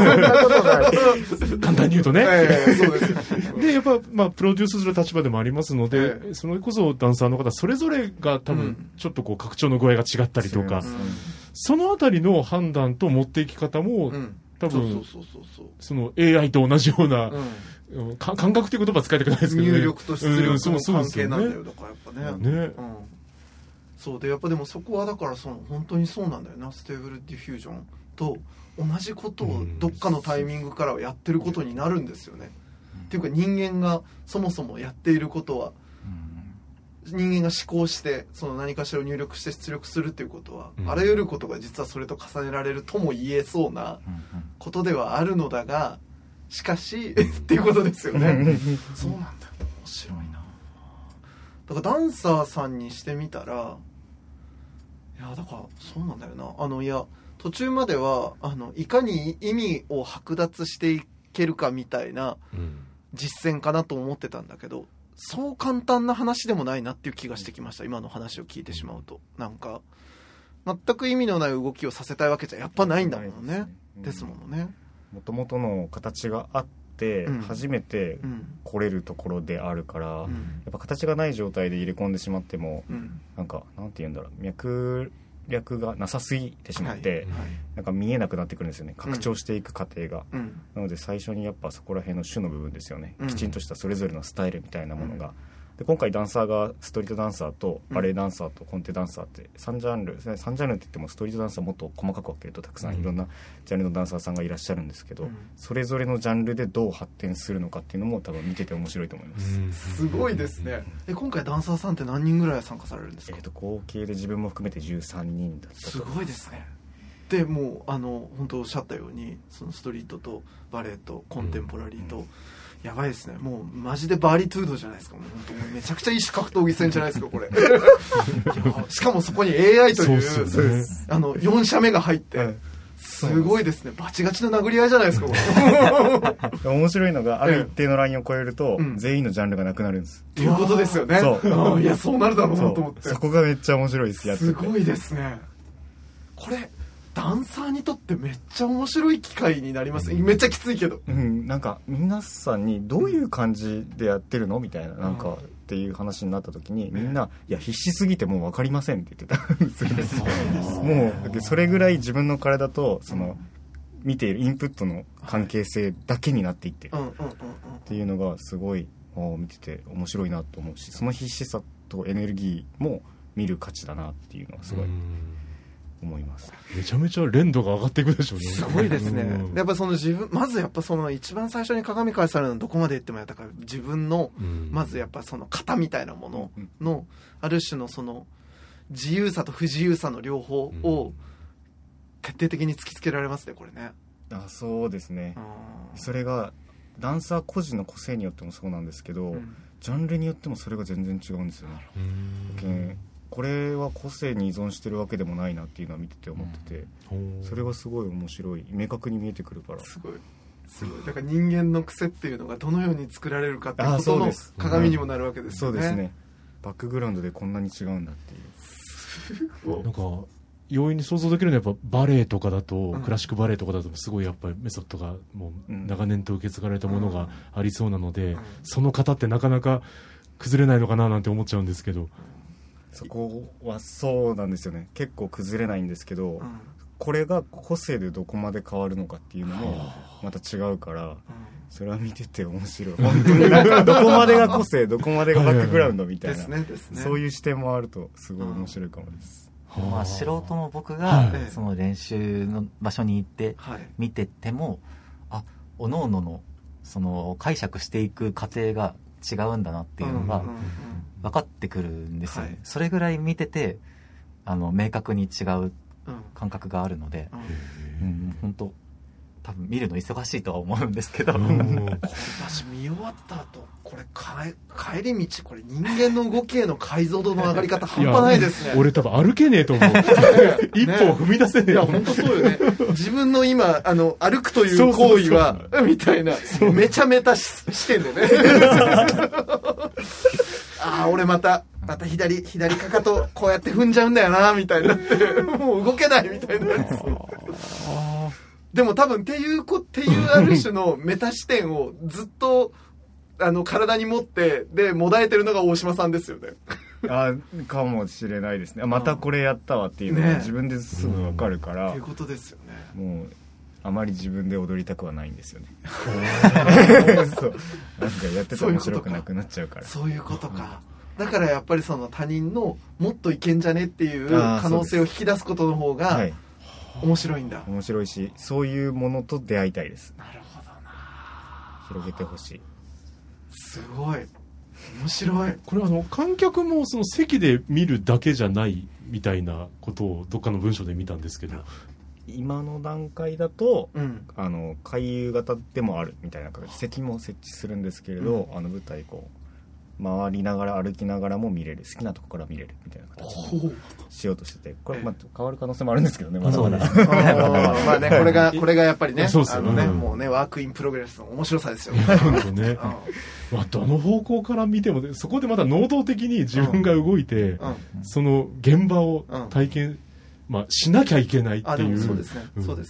簡単に言うとね。で、やっぱ、プロデュースする立場でもありますので、それこそダンサーの方、それぞれが多分、ちょっとこう、拡張の具合が違ったりとか、そのあたりの判断と持っていき方も、多分、その AI と同じような、感覚という言葉使いたくないですけどね。 入力と出力の関係なんだよ、だからやっぱね。そうでやっぱでもそこはだから本当にそうなんだよな。ステーブルディフュージョンと同じことをどっかのタイミングからはやってることになるんですよね。っていうか人間がそもそもやっていることは、人間が思考してその何かしらを入力して出力するっていうことは、あらゆることが実はそれと重ねられるとも言えそうなことではあるのだが、しかしっていうことですよね。そうなんだよ。面白いな。だからダンサーさんにしてみたら、いやだからそうなんだよな。いや途中まではいかに意味を剥奪していけるかみたいな実践かなと思ってたんだけど、そう簡単な話でもないなっていう気がしてきました。今の話を聞いてしまうと、なんか全く意味のない動きをさせたいわけじゃやっぱないんだもんね。ですものね。 元々の形があっって初めて来れるところであるから、やっぱ形がない状態で入れ込んでしまっても、なんかなんて言うんだろう、脈略がなさすぎてしまって、なんか見えなくなってくるんですよね、拡張していく過程が、なので最初にやっぱそこら辺の主の部分ですよね、きちんとしたそれぞれのスタイルみたいなものが、で今回ダンサーがストリートダンサーとバレエダンサーとコンテダンサーって3ジャンルですね。3ジャンルって言ってもストリートダンサーもっと細かく分けるとたくさんいろんなジャンルのダンサーさんがいらっしゃるんですけど、それぞれのジャンルでどう発展するのかっていうのも多分見てて面白いと思います。 すごいですね。今回ダンサーさんって何人ぐらい参加されるんですか？ 合計で自分も含めて13人だったと。 すごいですね。でもう本当おっしゃったようにそのストリートとバレエとコンテンポラリーと、やばいですね。もうマジでバーリトゥードじゃないですか。もう本当めちゃくちゃ異種格闘技戦じゃないですかこれ。しかもそこに AI という4社目が入って、すごいですね。バチガチの殴り合いじゃないですかこれ。面白いのがある一定のラインを超えると、全員のジャンルがなくなるんです。 っていうことですよね。そういやそうなるだろうなと思って。 そこがめっちゃ面白いです。 すごいですね。これダンサーにとってめっちゃ面白い機会になります。めっちゃきついけど、 なんか皆さんにどういう感じでやってるのみたいな、なんかっていう話になった時に、みんな、いや必死すぎてもう分かりませんって言ってたんですよ。もうそれぐらい自分の体とその見ているインプットの関係性だけになっていってるっていうのがすごい見てて面白いなと思うし、その必死さとエネルギーも見る価値だなっていうのはすごい思います。 めちゃめちゃ連度が上がっていくでしょうね。 すごいですね。やっぱそのまずやっぱその一番最初に鏡返されるのはどこまで言ってもやったから、自分のまずやっぱその型みたいなもののある種のその自由さと不自由さの両方を徹底的に突きつけられますねこれね。 そうですね。それがダンサー個人の個性によってもそうなんですけど、ジャンルによってもそれが全然違うんですよね。これは個性に依存してるわけでもないなっていうのは見てて思ってて、それがすごい面白い、明確に見えてくるからすごいだから人間の癖っていうのがどのように作られるかっていうことの鏡にもなるわけですよね。 そうですね。バックグラウンドでこんなに違うんだっていう。 なんか容易に想像できるのはやっぱバレエとかだと、クラシックバレエとかだとすごいやっぱりメソッドがもう長年と受け継がれたものがありそうなので、その方ってなかなか崩れないのかななんて思っちゃうんですけど、 そこはそうなんですよね。結構崩れないんですけど、これが個性でどこまで変わるのかっていうのもまた違うから、それは見てて面白い。本当になんかどこまでが個性どこまでがバックグラウンドみたいなそういう視点もあるとすごい面白いかもです。 素人の僕がその練習の場所に行って見てても、おのおののその解釈していく過程が違うんだなっていうのが分かってくるんですよね。それぐらい見てて明確に違う感覚があるので、本当多分見るの忙しいとは思うんですけど、 これ私見終わった後これ帰り道これ人間の動きへの解像度の上がり方半端ないですね。 俺多分歩けねえと思う。一歩踏み出せねえ。 いや本当そうよね。自分の今歩くという行為はみたいなめちゃめちゃしてんでね。俺また左かかとこうやって踏んじゃうんだよなみたいになってもう動けないみたいなやつ。でも多分っていうある種のメタ視点をずっと体に持ってでもだえてるのが大島さんですよね。 かもしれないですね。またこれやったわっていうのが自分ですぐ分かるから、 っていうことですよね。 もうあまり自分で踊りたくはないんですよね。そうなんかやってて面白くなくなっちゃうから。 そういうことか。だからやっぱりその他人のもっといけんじゃねっていう可能性を引き出すことの方が面白いんだ。 面白いし、そういうものと出会いたいです。 なるほどな。 広げてほしい。 すごい面白い。 これ観客もその席で見るだけじゃないみたいなことをどっかの文章で見たんですけど、 今の段階だと、回遊型でもあるみたいな形、席も設置するんですけれど、舞台こう回りながら歩きながらも見れる、好きなとこから見れるみたいな形にしようとしてて、これ変わる可能性もあるんですけどね。まだまだまあね、これがやっぱりね、もうねワークインプログレスの面白さですよね。 どの方向から見てもそこでまた能動的に自分が動いて、その現場を体験、しなきゃいけないっていう。 そうですね。そうですね。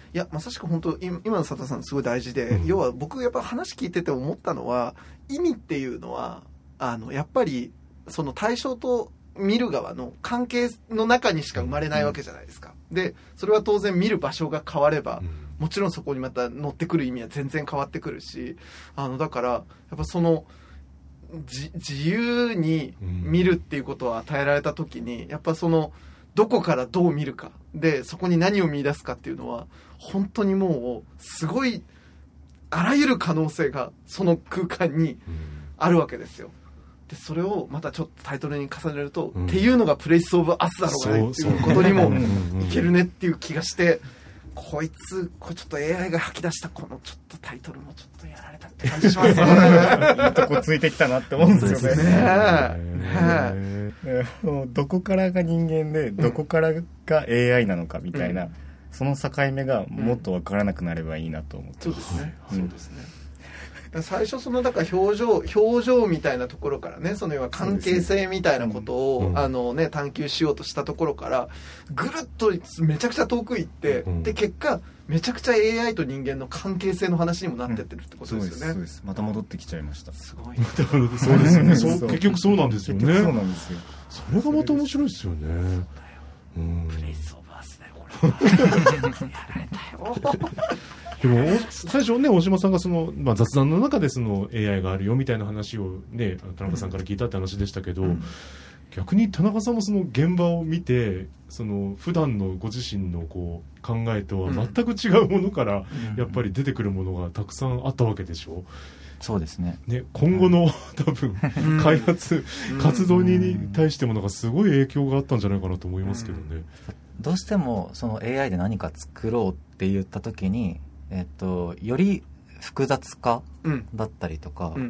いやまさしく本当今の佐藤さんすごい大事で、要は僕やっぱ話聞いてて思ったのは、意味っていうのはやっぱりその対象と見る側の関係の中にしか生まれないわけじゃないですか。でそれは当然見る場所が変われば、もちろんそこにまた乗ってくる意味は全然変わってくるし、だからやっぱその自由に見るっていうことを与えられた時に、やっぱそのどこからどう見るかでそこに何を見出すかっていうのは本当にもうすごいあらゆる可能性がその空間にあるわけですよ。でそれをまたちょっとタイトルに重ねると、っていうのがプレイスオブアスだろうがねっていうことにもいけるねっていう気がして、こいつちょっと AI が吐き出したこのちょっとタイトルもちょっとやられたって感じしますね。 いいとこついてきたなって思うんですよね。もうどこからが人間でどこからが AI なのかみたいな、その境目がもっと分からなくなればいいなと思ってます。 そうですね、そうですね。最初そのだから表情みたいなところからね、その要は関係性みたいなことを、探求しようとしたところからぐるっとめちゃくちゃ遠く行って、で結果めちゃくちゃ AI と人間の関係性の話にもなってってるってことですよね。 そうです。また戻ってきちゃいました。 すごい。 そうですよね。結局そうなんですよね。 そうなんですよ。 それがまた面白いですよね。 プレイスオブアスだよこれ。やられたよ。 でも最初ね、大島さんが雑談の中でその AI があるよみたいな話をね、田中さんから聞いたって話でしたけど、逆に田中さんもその現場を見て、その普段のご自身のこう考えとは全く違うものからやっぱり出てくるものがたくさんあったわけでしょ。 そうですね。 今後の多分開発活動に対してもなんかすごい影響があったんじゃないかなと思いますけどね。 どうしてもその AI で何か作ろうって言った時に、より複雑化だったりとか、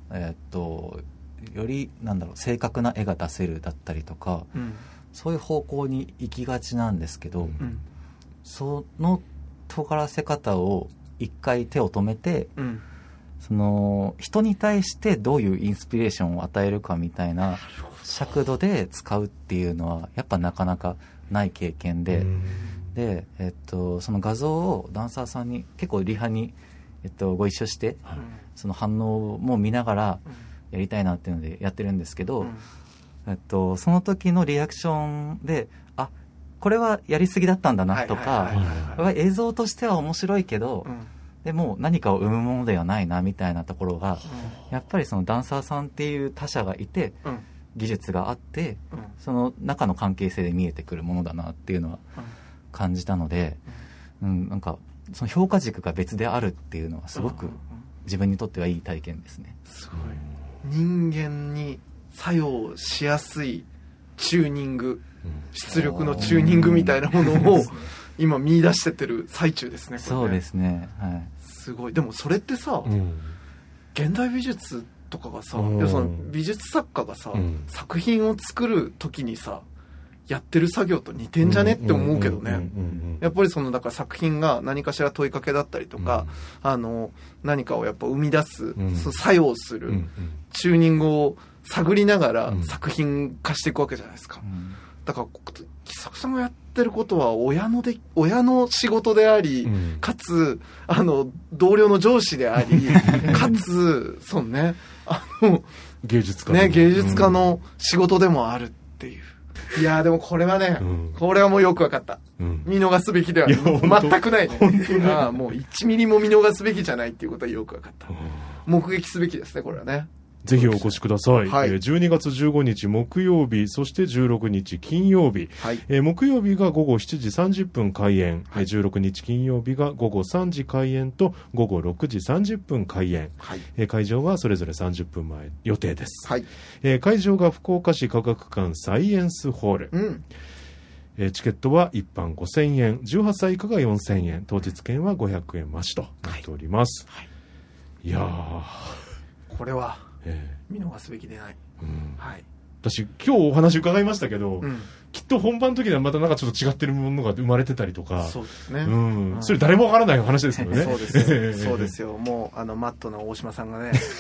より正確な絵が出せるだったりとか、そういう方向に行きがちなんですけど、その尖らせ方を一回手を止めて、その人に対してどういうインスピレーションを与えるかみたいな尺度で使うっていうのはやっぱなかなかない経験で、で、その画像をダンサーさんに結構リハに、ご一緒して、その反応も見ながらやりたいなっていうのでやってるんですけど、その時のリアクションで、あ、これはやりすぎだったんだなとか、これは映像としては面白いけど、でも何かを生むものではないなみたいなところが、やっぱりそのダンサーさんっていう他者がいて、技術があって、その中の関係性で見えてくるものだなっていうのは感じたので、なんかその評価軸が別であるっていうのはすごく自分にとってはいい体験ですね。 すごい。人間に作用しやすいチューニング、出力のチューニングみたいなものを今見出してってる最中ですね。 そうですね、はい、 すごい。でもそれってさ、現代美術とかがさ、その美術作家がさ、作品を作る時にさやってる作業と似てんじゃねって思うけどね。やっぱりそのだから作品が何かしら問いかけだったりとか、何かをやっぱ生み出す、作用する、チューニングを探りながら作品化していくわけじゃないですか。だから喜作さんがやってることは親の仕事であり、かつ同僚の上司でありかつそうね、 芸術家の仕事でもあるっていう。いやでもこれはね、これはもうよく分かった、見逃すべきでは全くないね。もう1ミリも見逃すべきじゃないっていうことはよく分かった。目撃すべきですね、これはね。 ぜひお越しください。12月15日木曜日、そして16日金曜日、木曜日が午後7時30分開演、16日金曜日が午後3時開演と午後6時30分開演、会場はそれぞれ30分前予定です。会場が福岡市科学館サイエンスホール、チケットは一般5000円、18歳以下が4000円、当日券は500円増しとなっております。いやー、 これは見逃すべきでない。 私今日お話伺いましたけど、きっと本番の時にはまたなんかちょっと違ってるものが生まれてたりとか、 そうですね、 それ誰もわからない話ですけどね。 そうですよ。もうマットな大島さんがね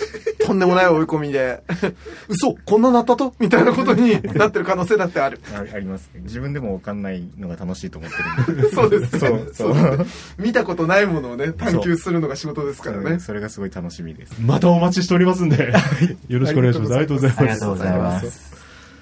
とんでもない追い込みで嘘こんななったとみたいなことになってる可能性だってある。 ありますね。自分でも分かんないのが楽しいと思ってるんでそうですね。 そう見たことないものをね探求するのが仕事ですからね。 それがすごい楽しみです。 またお待ちしておりますんでよろしくお願いします。ありがとうございます。 ありがとうございます。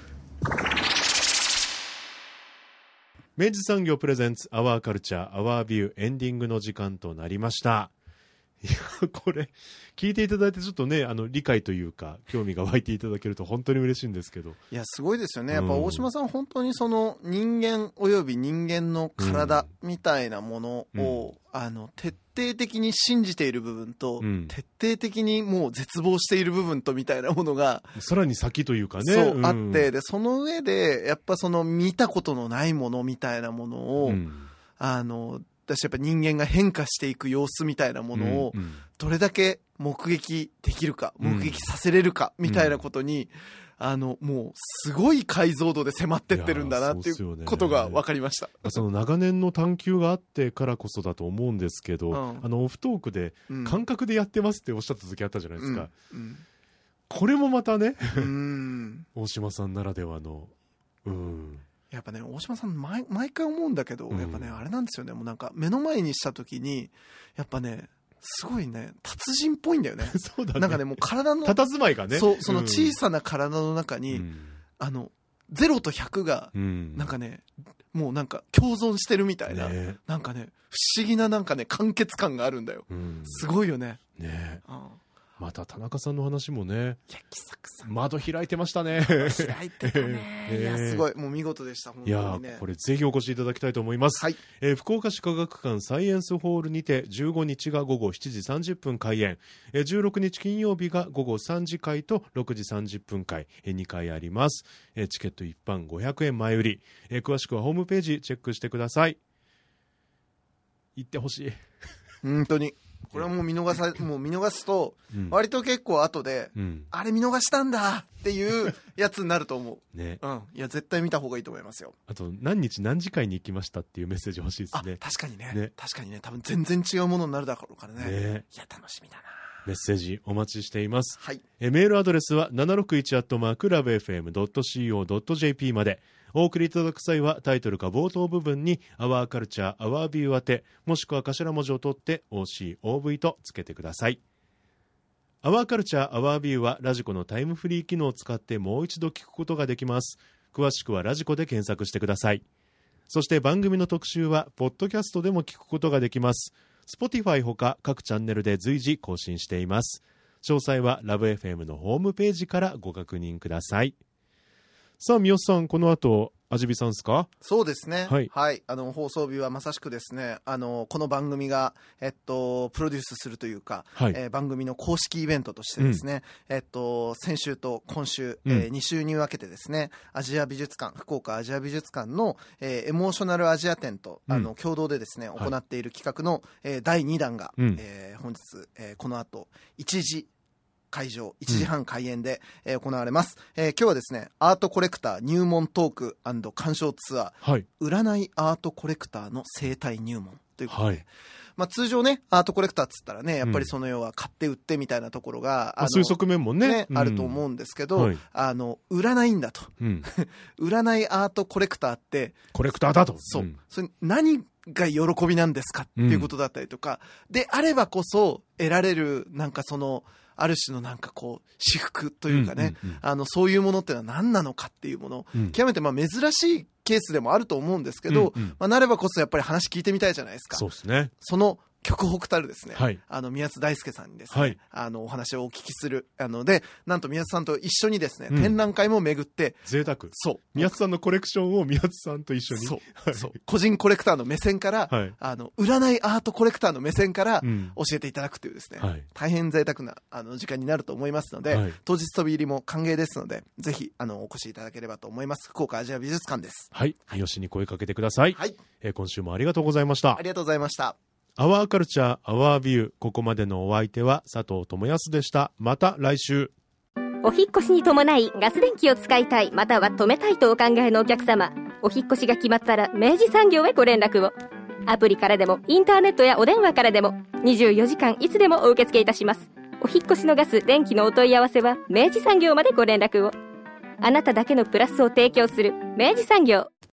明治産業プレゼンツアワーカルチャーアワービューエンディングの時間となりました。いやこれ聞いていただいてちょっとね理解というか興味が湧いていただけると本当に嬉しいんですけど、 いやすごいですよね。やっぱ大島さん本当にその人間および人間の体みたいなものを、徹底的に信じている部分と、徹底的にもう絶望している部分とみたいなものがさらに先というかねそう、あってでその上でやっぱその見たことのないものみたいなものを、私やっぱ人間が変化していく様子みたいなものをどれだけ目撃できるか、目撃させれるかみたいなことに、もうすごい解像度で迫ってってるんだなっていうことが分かりました。 その長年の探求があってからこそだと思うんですけど、オフトークで感覚でやってますっておっしゃった時あったじゃないですか。これもまたね大島さんならではのやっぱね大島さん毎回思うんだけど、やっぱねあれなんですよね。もうなんか目の前にした時にやっぱねすごいね達人っぽいんだよね。 そうだね。 なんかねもう体の佇まいがね、 その小さな体の中に、0と100がなんかね、もうなんか共存してるみたいな、なんかね不思議ななんかね完結感があるんだよ。すごいよね。また田中さんの話もね、 いや気さくさん窓開いてましたね。 開いてたね。いやすごいもう見事でした本当にね。 いやこれぜひお越しいただきたいと思います。福岡市科学館サイエンスホールにて15日が午後7時30分開演、16日金曜日が午後3時開と6時30分開、2回あります。チケット一般500円前売り、詳しくはホームページチェックしてください。行ってほしい本当に。これはもう見逃すと、割と結構後で、あれ見逃したんだっていうやつになると思う。いや絶対見た方がいいと思いますよ。 あと何日何時会に行きましたっていうメッセージ欲しいですね。 確かにね。確かにね。多分全然違うものになるだろうからね。いや楽しみだな。 メッセージお待ちしています。メールアドレスは761@lovefm.co.jp まで。お送りいただく際はタイトルか冒頭部分にアワーカルチャーアワービュー宛て、もしくは頭文字を取って OCOV とつけてください。アワーカルチャーアワービューはラジコのタイムフリー機能を使ってもう一度聞くことができます。詳しくはラジコで検索してください。そして番組の特集はポッドキャストでも聞くことができます。 Spotify ほか各チャンネルで随時更新しています。詳細はラブ FM のホームページからご確認ください。さあ三好さん、この後味見さんですか？ そうですね。放送日はまさしくですね、この番組がプロデュースするというか、番組の公式イベントとしてですね、先週と今週、2週に分けてですね、アジア美術館、福岡アジア美術館の、エモーショナルアジア展と共同でですね行っている企画の、第2弾が、本日、この後1時会場1時半開演で、行われます。今日はですねアートコレクター入門トーク&鑑賞ツアー、占いアートコレクターの生態入門ということで、通常ねアートコレクターっつったらねやっぱりその要は買って売ってみたいなところが、 そういう側面もね、 あると思うんですけど、売らないんだと、占いアートコレクターってコレクターだと、 それ何が喜びなんですかっていうことだったりとか、であればこそ得られるなんかそのある種のなんかこう至福というかね、そういうものっていうのは何なのかっていうもの、極めて珍しいケースでもあると思うんですけど、なればこそやっぱり話聞いてみたいじゃないですか。 そうですね。 その極北たるですね、宮津大輔さんにですね、お話をお聞きするで、なんと宮津さんと一緒にですね、展覧会も巡って、 贅沢。宮津さんのコレクションを宮津さんと一緒に、 個人コレクターの目線から、占いアートコレクターの目線から教えていただくというですね、大変贅沢な時間になると思いますので、当日飛び入りも歓迎ですので、ぜひお越しいただければと思います。福岡アジア美術館です。 三好に声かけてください。今週もありがとうございました。 ありがとうございました。 アワーカルチャーアワービュー、ここまでのお相手は佐藤智康でした。また来週。 お引越しに伴いガス電気を使いたい、または止めたいとお考えのお客様、お引越しが決まったら明治産業へご連絡を。アプリからでもインターネットやお電話からでも24時間いつでもお受け付けいたします。 お引っ越しのガス、電気のお問い合わせは明治産業までご連絡を。あなただけのプラスを提供する明治産業。